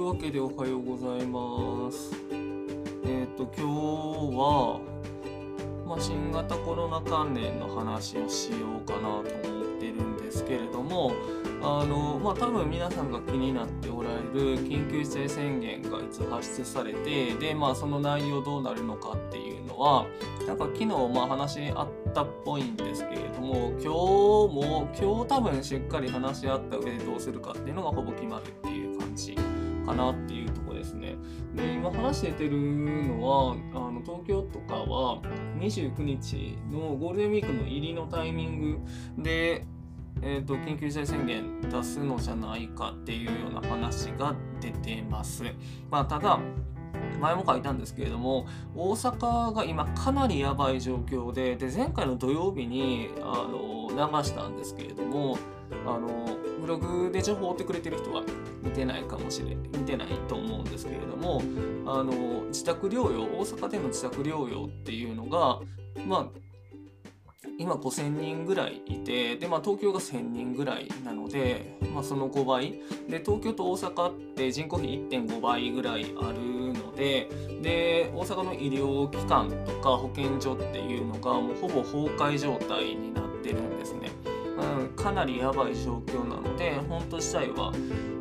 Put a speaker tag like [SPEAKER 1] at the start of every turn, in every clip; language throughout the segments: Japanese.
[SPEAKER 1] いうわけでおはようございます。今日は、新型コロナ関連の話をしようかなと思ってるんですけれども、多分皆さんが気になっておられる緊急事態宣言がいつ発出されて、で、その内容どうなるのかっていうのは、昨日話あったっぽいんですけれども、今日多分しっかり話し合った上でどうするかっていうのがほぼ決まるっていう感じかなっていうところですね。で、今話してるのは、東京とかは29日のゴールデンウィークの入りのタイミングで、緊急事態宣言出すのじゃないかっていうような話が出てます。ただ、前も書いたんですけれども、大阪が今かなりやばい状況で、前回の土曜日に流したんですけれども、ブログで情報を追ってくれてる人は見てないと思うんですけれども、自宅療養、大阪での自宅療養っていうのが、今5000人ぐらいいて、で、東京が1000人ぐらいなので、その5倍で、東京と大阪って人口比 1.5 倍ぐらいあるので、大阪の医療機関とか保健所っていうのがもうほぼ崩壊状態になってるんですね。かなりやばい状況なので、本当自体は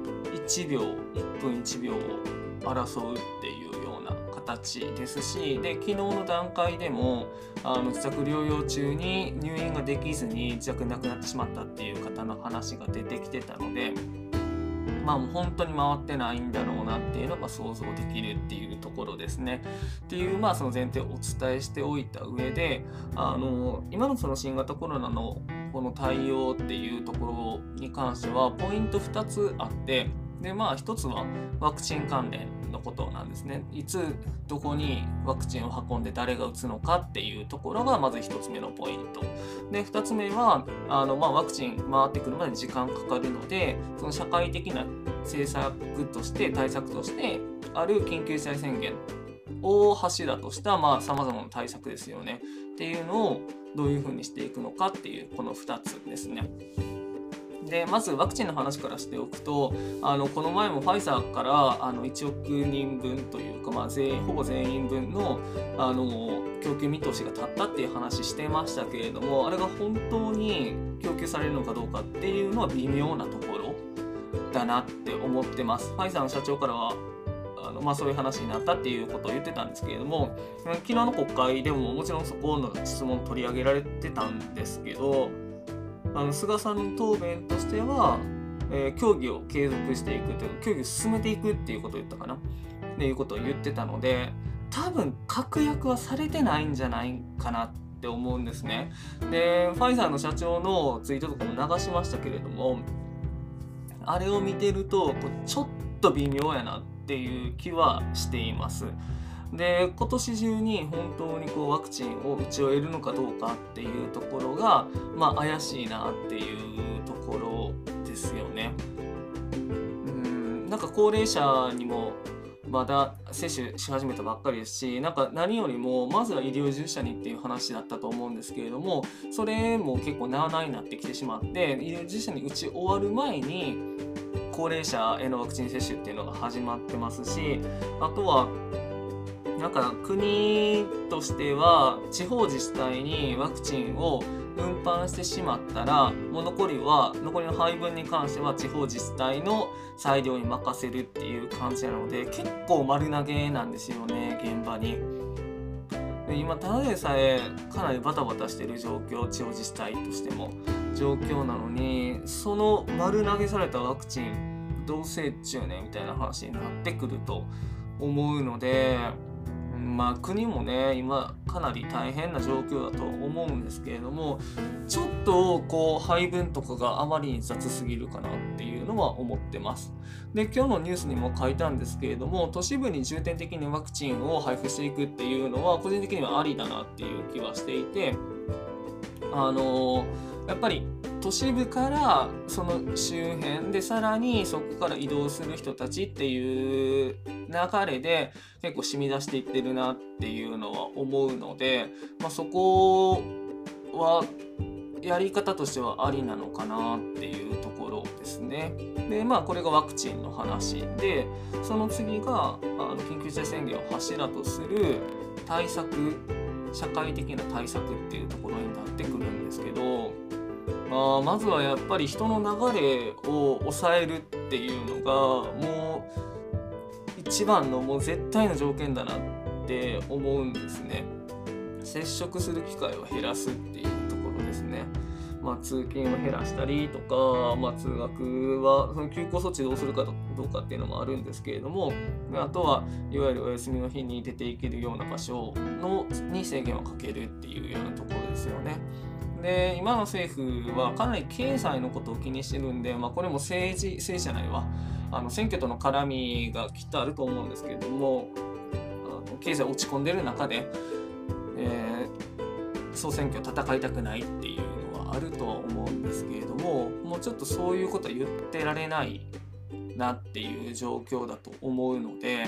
[SPEAKER 1] 1分1秒を争うっていうような形ですし、で、昨日の段階でも自宅療養中に入院ができずに自宅で亡くなってしまったっていう方の話が出てきてたので、もう本当に回ってないんだろうなっていうのが想像できるっていうところですね。っていうその前提をお伝えしておいた上で、今のその新型コロナのこの対応っていうところに関してはポイント2つあって、で1つはワクチン関連のことなんですね。いつどこにワクチンを運んで誰が打つのかっていうところがまず1つ目のポイントで、2つ目はワクチン回ってくるまで時間かかるので、その社会的な対策としてある緊急事態宣言を柱とした様々な対策ですよねっていうのをどういうふうにしていくのかっていうこの2つですね。で、まずワクチンの話からしておくと、この前もファイザーから1億人分というか、ほぼ全員分の供給見通しが立ったっていう話してましたけれども、あれが本当に供給されるのかどうかっていうのは微妙なところだなって思ってます。ファイザーの社長からはそういう話になったっていうことを言ってたんですけれども、昨日の国会でももちろんそこの質問取り上げられてたんですけど、菅さんの答弁としては、協議を継続していくという、協議を進めていくっていうことを言ったかなっていうことを言ってたので、多分確約はされてないんじゃないかなって思うんですね。で、ファイザーの社長のツイートとかも流しましたけれども、あれを見てるとちょっと微妙やなっていう気はしています。で、今年中に本当にワクチンを打ち終えるのかどうかっていうところが怪しいなっていうところですよね。高齢者にもまだ接種し始めたばっかりですし、何よりもまずは医療従事者にっていう話だったと思うんですけれども、それも結構なあなあになってきてしまって、医療従事者に打ち終わる前に高齢者へのワクチン接種っていうのが始まってますし、あとは国としては地方自治体にワクチンを運搬してしまったら、もう残りの配分に関しては地方自治体の裁量に任せるっていう感じなので、結構丸投げなんですよね、現場に。で、今ただでさえかなりバタバタしてる状況、地方自治体としても状況なのに、その丸投げされたワクチンどうせっちゅうねみたいな話になってくると思うので、国もね、今かなり大変な状況だと思うんですけれども、ちょっと配分とかがあまりに雑すぎるかなっていうのは思ってます。で、今日のニュースにも書いたんですけれども、都市部に重点的にワクチンを配布していくっていうのは個人的にはありだなっていう気はしていて、やっぱり都市部からその周辺でさらにそこから移動する人たちっていう流れで結構染み出していってるなっていうのは思うので、そこはやり方としてはありなのかなっていうところろですね。でこれがワクチンの話で、その次が緊急事態宣言を柱とする対策、社会的な対策っていうところになってくるんですけど、まずはやっぱり人の流れを抑えるっていうのがもう一番のもう絶対の条件だなって思うんですね。接触する機会を減らすっていうところですね。通勤を減らしたりとか、通学はその休校措置どうするかどうかっていうのもあるんですけれども、あとはいわゆるお休みの日に出ていけるような場所に制限をかけるっていうようなところですよね。で今の政府はかなり経済のことを気にしてるんで、これも政治じゃないわ、選挙との絡みがきっとあると思うんですけれども、経済落ち込んでる中で、総選挙戦いたくないっていうのはあるとは思うんですけれども、もうちょっとそういうことは言ってられないなっていう状況だと思うので、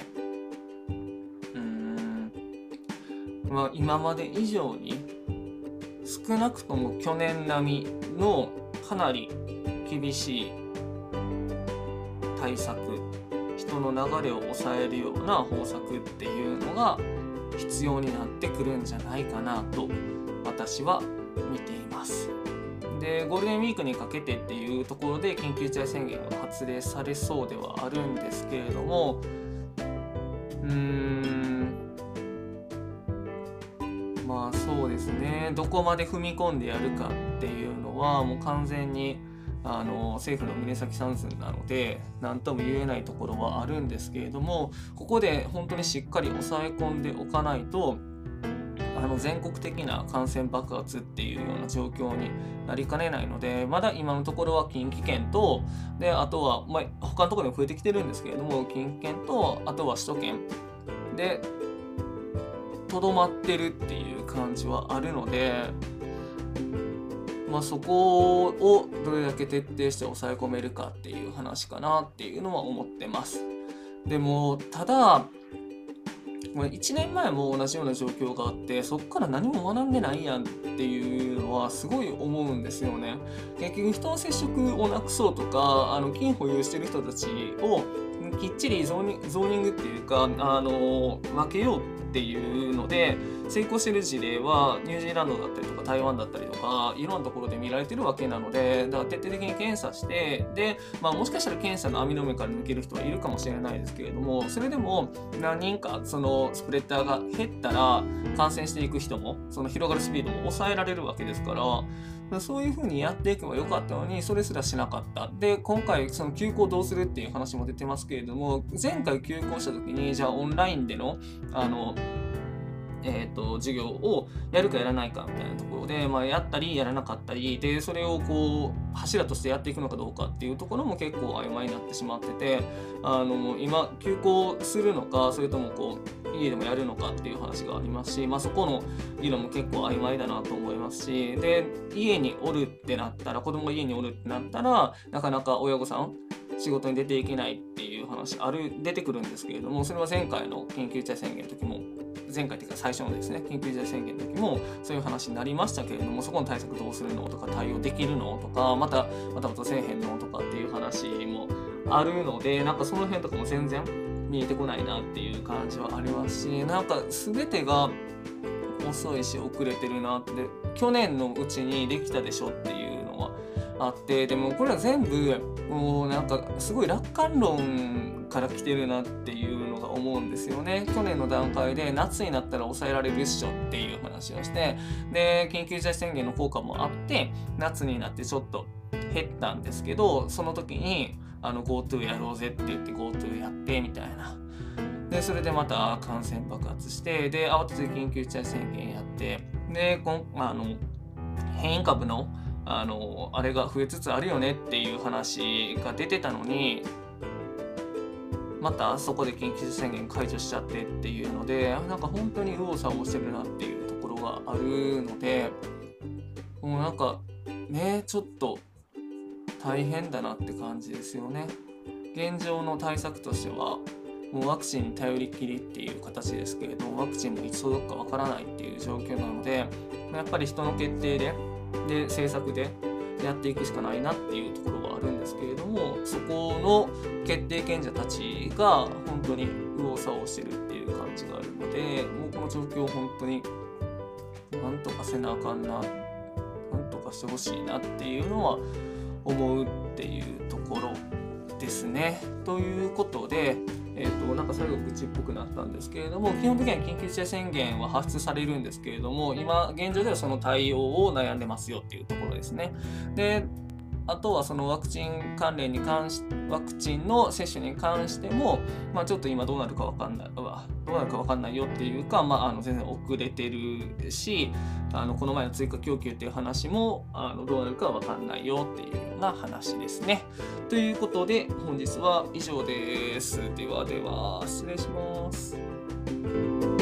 [SPEAKER 1] 今まで以上に少なくとも去年並みのかなり厳しい対策、人の流れを抑えるような方策っていうのが必要になってくるんじゃないかなと私は見ています。でゴールデンウィークにかけてっていうところで緊急事態宣言が発令されそうではあるんですけれども、そうですね、どこまで踏み込んでやるかっていうのはもう完全に政府の胸先三寸なので何とも言えないところはあるんですけれども、ここで本当にしっかり抑え込んでおかないと全国的な感染爆発っていうような状況になりかねないので、まだ今のところは近畿圏とであとは、他のところにも増えてきてるんですけれども、近畿圏とあとは首都圏でとどまってるっていう感じはあるので、そこをどれだけ徹底して抑え込めるかっていう話かなっていうのは思ってます。でもただ1年前も同じような状況があって、そこから何も学んでないやんっていうのはすごい思うんですよね。結局人の接触をなくそうとか金保有してる人たちをきっちりゾーニングっていうか分けようっていうので成功してる事例はニュージーランドだったりとか台湾だったりとかいろんなところで見られてるわけなので、だから徹底的に検査してで、もしかしたら検査の網の目から抜ける人はいるかもしれないですけれども、それでも何人かそのスプレッダーが減ったら感染していく人もその広がるスピードも抑えられるわけですから、そういうふうにやっていけばよかったのにそれすらしなかった。で今回その休校どうするっていう話も出てますけれども、前回休校した時にじゃあオンラインでの授業をやるかやらないかみたいなところで、やったりやらなかったりで、それを柱としてやっていくのかどうかっていうところも結構曖昧になってしまってて、今休校するのかそれとも家でもやるのかっていう話がありますし、そこの議論も結構曖昧だなと思いますし、で家におるってなったら子供が家におるってなったらなかなか親御さん仕事に出ていけないっていう話出てくるんですけれども、それは前回の緊急事態宣言の時も前回というか最初のですね緊急事態宣言の時もそういう話になりましたけれども、そこの対策どうするのとか対応できるのとかまたせえへんのとかっていう話もあるので、その辺とかも全然見えてこないなっていう感じはありますし、全てが遅いし遅れてるなって、去年のうちにできたでしょっていうのはあって、でもこれは全部もうすごい楽観論から来てるなっていうのが思うんですよね。去年の段階で夏になったら抑えられるっしょっていう話をして、で緊急事態宣言の効果もあって夏になってちょっと減ったんですけど、その時にGoTo やろうぜって言って GoTo やってみたいな。でそれでまた感染爆発してで慌てて緊急事態宣言やってで変異株のあれが増えつつあるよねっていう話が出てたのに、またそこで緊急事態宣言解除しちゃってっていうので本当に右往左往してるなっていうところがあるので、もうちょっと大変だなって感じですよね。現状の対策としてはもうワクチンに頼りきりっていう形ですけれど、ワクチンもいつ届くかわからないっていう状況なので、やっぱり人の決定で政策でやっていくしかないなっていうところはあるんですけれども、そこの決定権者たちが本当に右往左往してるっていう感じがあるので、もうこの状況を本当になんとかせなあかんな、なんとかしてほしいなっていうのは思うっていうところですね。ということで、なんか最後口っぽくなったんですけれども、基本的には緊急事態宣言は発出されるんですけれども、今現状ではその対応を悩んでますよっていうところですね。で、あとはそのワクチン関連にワクチンの接種に関しても、ちょっと今どうなるか分かんないよっていうか、全然遅れてるし、この前の追加供給っていう話もどうなるか分かんないよっていうような話ですね。ということで本日は以上です。ではでは失礼します。